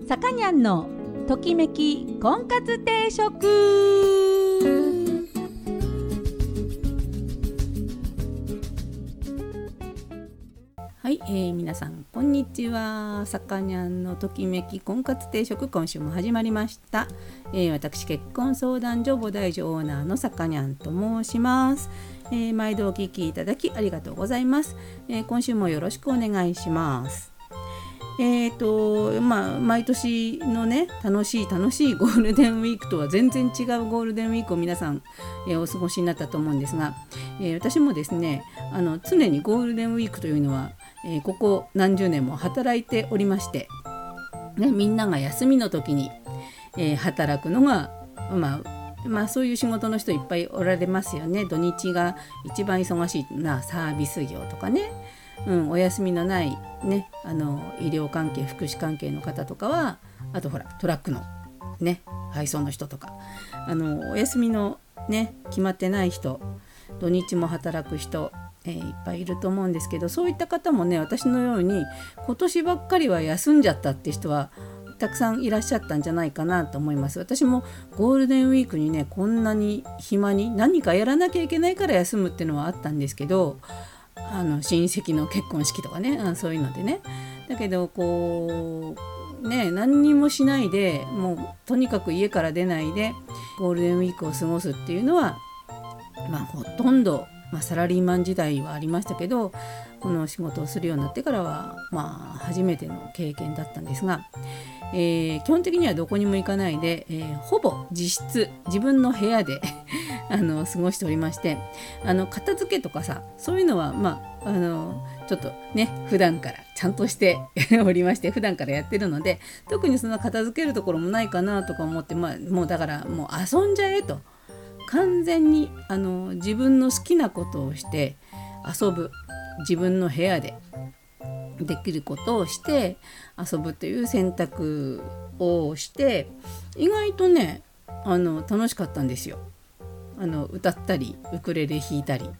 さかにゃんのときめき婚活定食。はい、皆さんこんにちは。さかにゃんのときめき婚活定食、今週も始まりました。私結婚相談所菩提所オーナーのさかにゃんと申します。毎度お聞きいただきありがとうございます。今週もよろしくお願いします。毎年のね楽しいゴールデンウィークとは全然違うゴールデンウィークを皆さん、お過ごしになったと思うんですが、私もですね常にゴールデンウィークというのは、ここ何十年も働いておりまして、みんなが休みの時に、働くのがそういう仕事の人いっぱいおられますよね。土日が一番忙しいなサービス業とかね、お休みのないね医療関係福祉関係の方とかは、あとほらトラックのね配送の人とかお休みのね決まってない人、土日も働く人、いっぱいいると思うんですけど、そういった方もね私のように今年ばっかりは休んじゃったって人はたくさんいらっしゃったんじゃないかなと思います。私もゴールデンウィークにねこんなに暇に何かやらなきゃいけないから休むっていうのはあったんですけど、親戚の結婚式とかねそういうのでね、だけどこうね何にもしないでもうとにかく家から出ないでゴールデンウィークを過ごすっていうのはほとんど、サラリーマン時代はありましたけど、この仕事をするようになってからは初めての経験だったんですが、基本的にはどこにも行かないで、ほぼ自室自分の部屋で過ごしておりまして、片付けとかさそういうのはちょっとね普段からちゃんとしておりまして、普段からやってるので特にそんな片付けるところもないかなとか思って、もうだからもう遊んじゃえと、完全に自分の好きなことをして遊ぶ、自分の部屋でできることをして遊ぶという選択をして、意外とね楽しかったんですよ。歌ったりウクレレ弾いたり、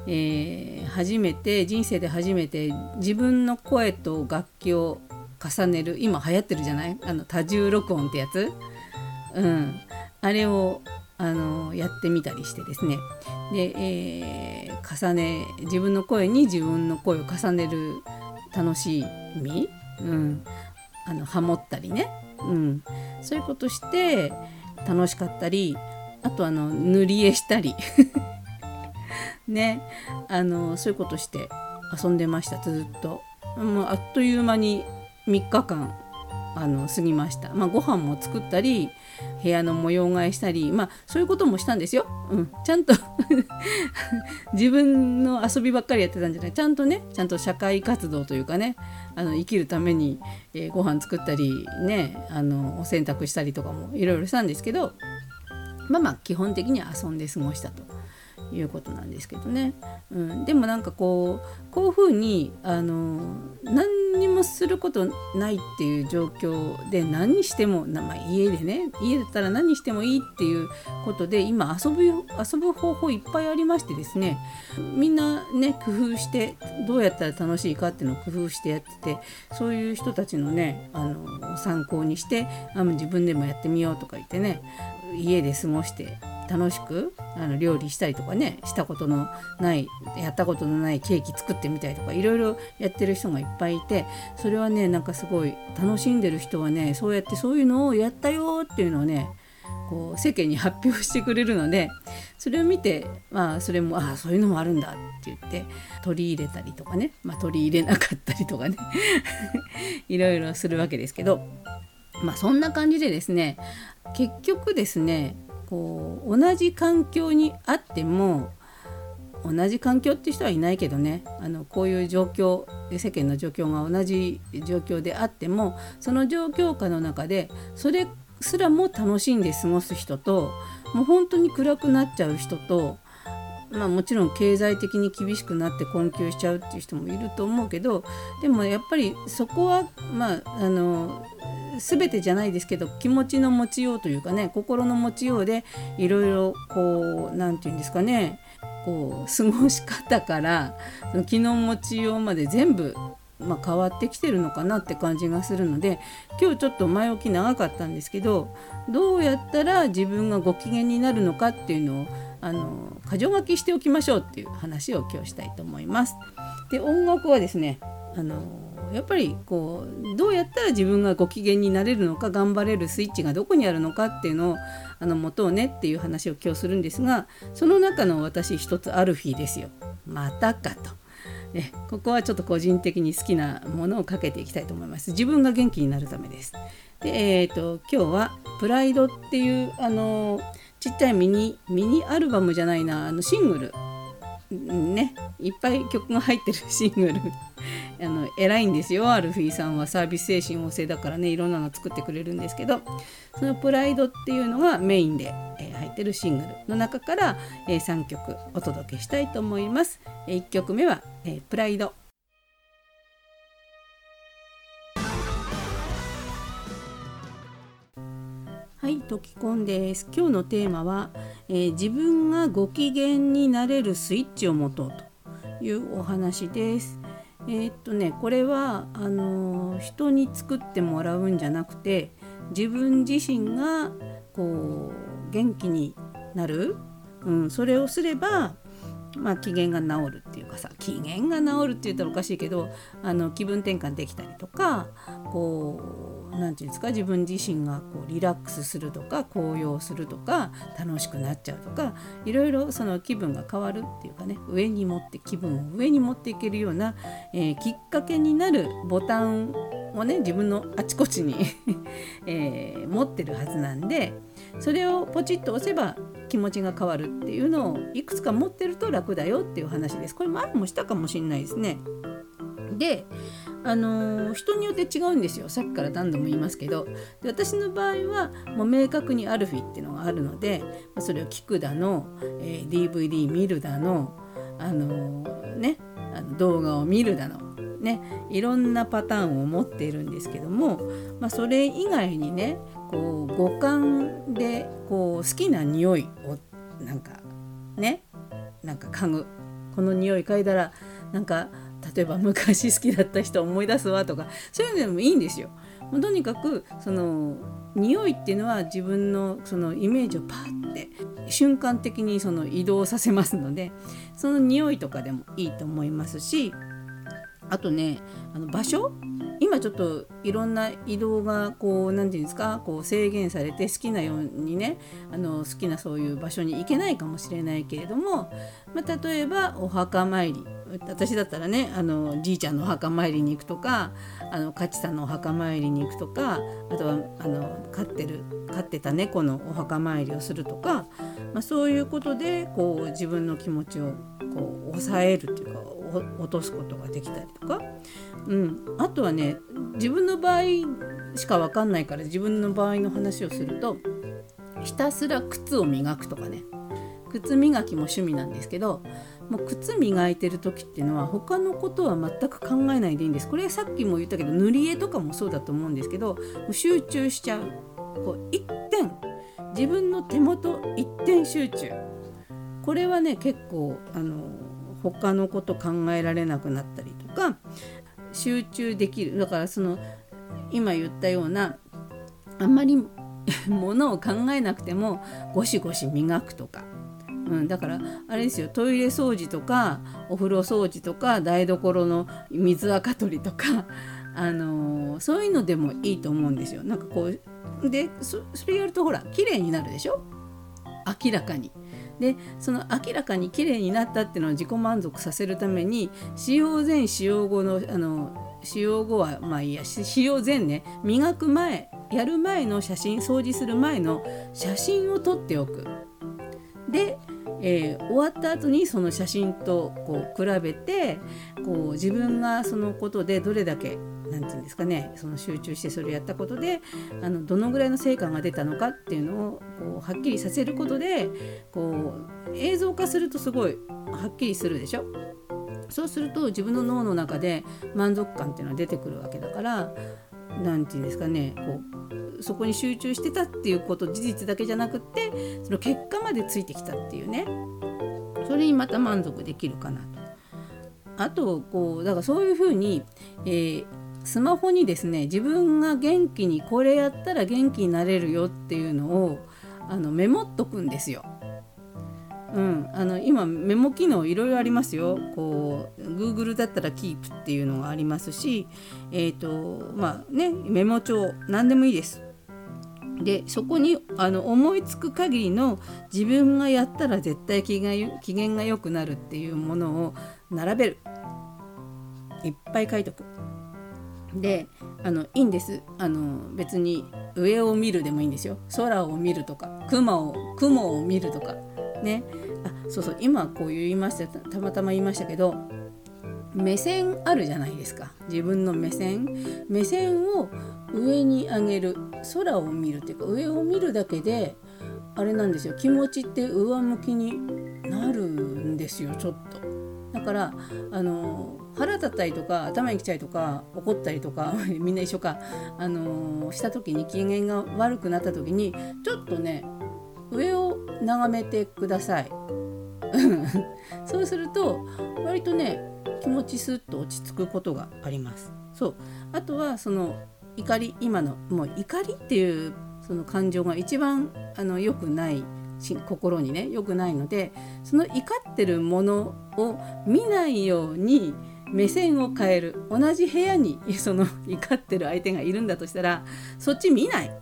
人生で初めて自分の声と楽器を重ねる、今流行ってるじゃない、多重録音ってやつ、あれをやってみたりしてですね、で、自分の声に自分の声を重ねる楽しみ、ハモったりね、そういうことして楽しかったり、あと塗り絵したりね、そういうことして遊んでました。ずっともうあっという間に3日間過ぎました。ご飯も作ったり部屋の模様替えしたり、そういうこともしたんですよ、ちゃんと自分の遊びばっかりやってたんじゃない、ちゃんと社会活動というかね、生きるために、ご飯作ったりねお洗濯したりとかもいろいろしたんですけど、基本的には遊んで過ごしたということなんですけどね、でもこういうふうに何にもすることないっていう状況で何にしても、家だったら何してもいいっていうことで、今遊ぶ方法いっぱいありましてですね、みんなね工夫してどうやったら楽しいかっていうのを工夫してやってて、そういう人たちのね参考にして自分でもやってみようとか言ってね、家で過ごして楽しく料理したりとかね、やったことのないケーキ作ってみたりとか、いろいろやってる人がいっぱいいて、それはねすごい楽しんでる人はね、そうやってそういうのをやったよっていうのをねこう世間に発表してくれるので、それを見てそれもそういうのもあるんだって言って取り入れたりとかね、取り入れなかったりとかねいろいろするわけですけど、そんな感じでですね、結局ですねこう同じ環境にあっても、同じ環境っていう人はいないけどね、こういう状況、世間の状況が同じ状況であっても、その状況下の中でそれすらも楽しんで過ごす人と、もう本当に暗くなっちゃう人と、もちろん経済的に厳しくなって困窮しちゃうっていう人もいると思うけど、でもやっぱりそこは全てじゃないですけど、気持ちの持ちようというかね、心の持ちようでいろいろこうなんていうんですかね、こう過ごし方から気の持ちようまで全部変わってきてるのかなって感じがするので、今日ちょっと前置き長かったんですけど、どうやったら自分がご機嫌になるのかっていうのを箇条書きしておきましょうっていう話を今日したいと思います。で、音楽はですね、やっぱりどうやったら自分がご機嫌になれるのか、頑張れるスイッチがどこにあるのかっていうのを持とうねっていう話を今日するんですが、その中の私一つアルフィーですよ。またかと。ここはちょっと個人的に好きなものをかけていきたいと思います。自分が元気になるためです。で、今日はプライドっていうちっちゃいミニアルバムじゃないな、シングルね、いっぱい曲が入ってるシングル偉いんですよ。アルフィーさんはサービス精神旺盛だからね、いろんなの作ってくれるんですけど、そのプライドっていうのがメインで、入ってるシングルの中から、3曲お届けしたいと思います。1曲目は、プライド。はい、トキコンです。今日のテーマは、自分がご機嫌になれるスイッチを持とうというお話です。これは人に作ってもらうんじゃなくて、自分自身が元気になる、それをすれば機嫌が治るっていうかさ、機嫌が治るって言ったらおかしいけど、気分転換できたりとか、なんていうんですか、自分自身がリラックスするとか、高揚するとか、楽しくなっちゃうとか、いろいろその気分が変わるっていうかね、気分を上に持っていけるような、きっかけになるボタンをね、自分のあちこちに、持ってるはずなんで、それをポチッと押せば気持ちが変わるっていうのをいくつか持ってると楽だよっていう話です。これ前もしたかもしれないですね。で、人によって違うんですよ。さっきから何度も言いますけど、で、私の場合はもう明確にアルフィっていうのがあるので、それを聞くだの、DVD 見るだの、動画を見るだのね、いろんなパターンを持っているんですけども、それ以外にね、五感で好きな匂いをなんか嗅ぐ、この匂い嗅いだら例えば昔好きだった人を思い出すわとか、そういうのでもいいんですよ。もうとにかくその匂いっていうのは自分のそのイメージをパッて瞬間的にその移動させますので、その匂いとかでもいいと思いますし、あとね、場所、今ちょっといろんな移動がなんていうんですか、制限されて好きなようにね、好きなそういう場所に行けないかもしれないけれども、例えばお墓参り、私だったらね、じいちゃんのお墓参りに行くとか、カチさんのお墓参りに行くとか、あとは飼ってた猫のお墓参りをするとか、そういうことで自分の気持ちを抑えるというか落とすことができたりとか、あとはね、自分の場合しか分かんないから自分の場合の話をすると、ひたすら靴を磨くとかね、靴磨きも趣味なんですけど、もう靴磨いてる時っていうのは他のことは全く考えないでいいんです。これさっきも言ったけど、塗り絵とかもそうだと思うんですけど、もう集中しちゃう、一点、自分の手元一点集中、これはね結構他のこと考えられなくなったりとか集中できる。だからその今言ったような、あんまりものを考えなくてもゴシゴシ磨くとか、だからあれですよ、トイレ掃除とかお風呂掃除とか台所の水垢取りとか、そういうのでもいいと思うんですよ。で それやるとほら綺麗になるでしょ、明らかに。でその明らかに綺麗になったっていうのを自己満足させるために、使用前使用後の使用後はまあいいや、使用前ね、磨く前、やる前の写真、掃除する前の写真を撮っておく。で、終わった後にその写真と比べて、自分がそのことでどれだけなんていうんですかね、その集中してそれをやったことでどのぐらいの成果が出たのかっていうのをはっきりさせることで、映像化するとすごいはっきりするでしょ。そうすると自分の脳の中で満足感っていうのは出てくるわけだから、なんていうんですかね、そこに集中してたっていうこと、事実だけじゃなくってその結果までついてきたっていうね、それにまた満足できるかなと。 あとだからそういうふうに、スマホにですね、自分が元気にこれやったら元気になれるよっていうのをメモっとくんですよ。今メモ機能いろいろありますよ。Google だったら Keep っていうのがありますし、メモ帳何でもいいです。でそこに思いつく限りの自分がやったら絶対機嫌が良くなるっていうものを並べる。いっぱい書いとく。でいいんです。別に上を見るでもいいんですよ。空を見るとか雲を見るとかね。そうそう、今言いました。たまたま言いましたけど、目線あるじゃないですか。自分の目線を上に上げる、空を見るっていうか上を見るだけであれなんですよ、気持ちって上向きになるんですよ。ちょっとだから腹立ったりとか頭にきちゃいとか怒ったりとかみんな一緒かした時に、機嫌が悪くなった時にちょっとね上を眺めてくださいそうすると割とね気持ちスッと落ち着くことがあります。あとはその怒り、今のもう怒りっていうその感情が一番良くない心にね良くないので、その怒ってるものを見ないように目線を変える。同じ部屋にその怒ってる相手がいるんだとしたらそっち見ない、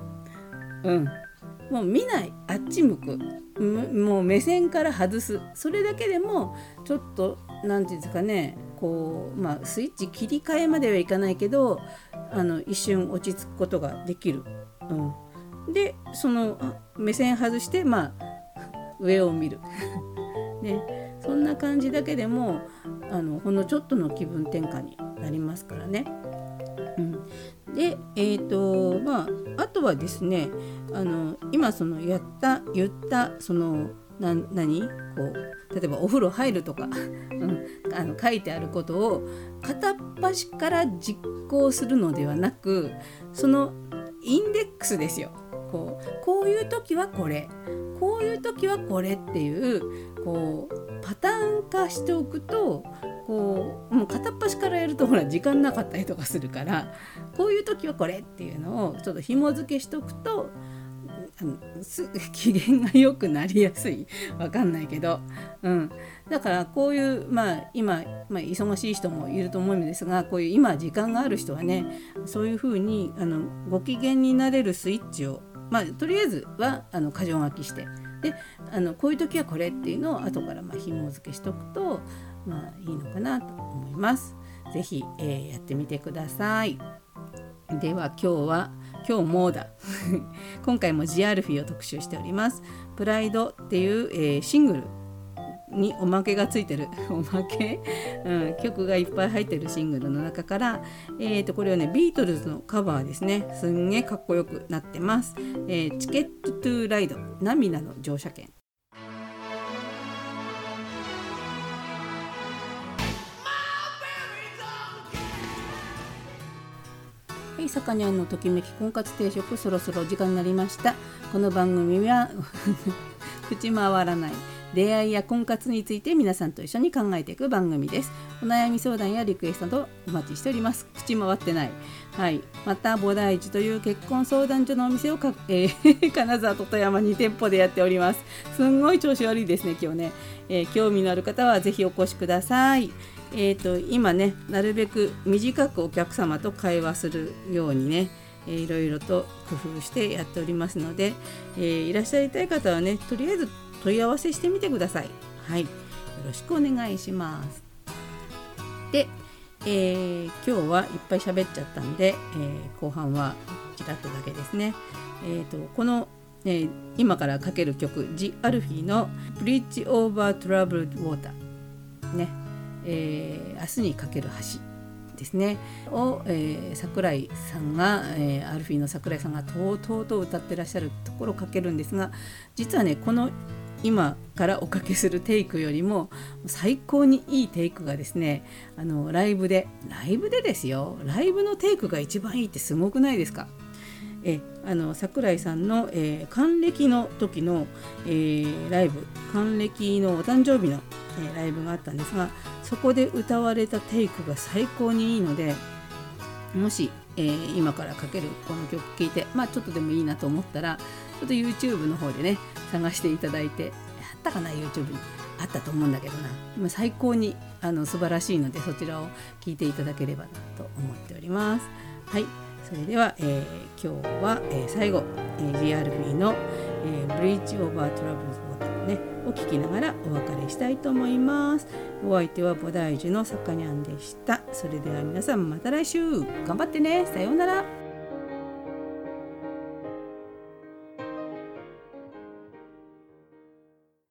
もう見ない、あっち向く、もう目線から外す。それだけでもちょっとなんていうんですかね、スイッチ切り替えまではいかないけど一瞬落ち着くことができる、でその目線外して上を見るね、そんな感じだけでもほんのちょっとの気分転換になりますからね。であとはですね、今その言ったその例えばお風呂入るとか、書いてあることを片っ端から実行するのではなく、そのインデックスですよ。こういう時はこれ、こういう時はこれっていうパターン化しておくと、もう片っ端からやると時間なかったりとかするから、こういう時はこれっていうのをちょっと紐付けしておくと機嫌が良くなりやすい。わかんないけど、だからこういう今、忙しい人もいると思うんですが、こういう今時間がある人はね、そういうふうにご機嫌になれるスイッチをとりあえずは箇条書きして、でこういう時はこれっていうのを後から紐付けしておくといいのかなと思います。ぜひ、やってみてください。では今日もだ今回もジアルフィーを特集しております。プライドっていう、シングルにおまけがついてるおまけ、曲がいっぱい入ってるシングルの中から、これはねビートルズのカバーですね。すんげえかっこよくなってます。チケットトゥーライド、涙の乗車券。はい、さかにゃんのときめき婚活定食、そろそろ時間になりました。この番組は口回らない出会いや婚活について皆さんと一緒に考えていく番組です。お悩み相談やリクエストなどお待ちしております。口回ってない、また菩提寺という結婚相談所のお店を金沢と富山に店舗でやっております。すんごい調子悪いですね今日ね、興味のある方はぜひお越しください。今ねなるべく短くお客様と会話するようにね、いろいろと工夫してやっておりますので、いらっしゃりたい方はねとりあえず問い合わせしてみてください。よろしくお願いします。で、今日はいっぱい喋っちゃったんで、後半はちらっとだけですね。この、今からかける曲、ジ・アルフィーの Bridge Over Troubled Water ね、明日にかける橋ですねを、桜井さんが、アルフィーの桜井さんがとうとうと歌ってらっしゃるところをかけるんですが、実はねこの今からおかけするテイクよりも最高にいいテイクがですね、ライブでですよ、ライブのテイクが一番いいってすごくないですか。桜井さんの、還暦の時の、ライブ、還暦のお誕生日の、ライブがあったんですが、 そこで歌われたテイクが最高にいいので、もし、今からかけるこの曲聴いて、ちょっとでもいいなと思ったら、ちょっと YouTube の方でね探していただいて、あったかな、 YouTube にあったと思うんだけどな、今最高に素晴らしいので、そちらを聴いていただければなと思っております。はい、それでは、今日は、最後、GRB の、Bridge Over Troubled Water ねを聴きながらお別れしたいと思います。お相手は菩提樹のさかにゃんでした。それでは皆さん、また来週頑張ってね。さようなら。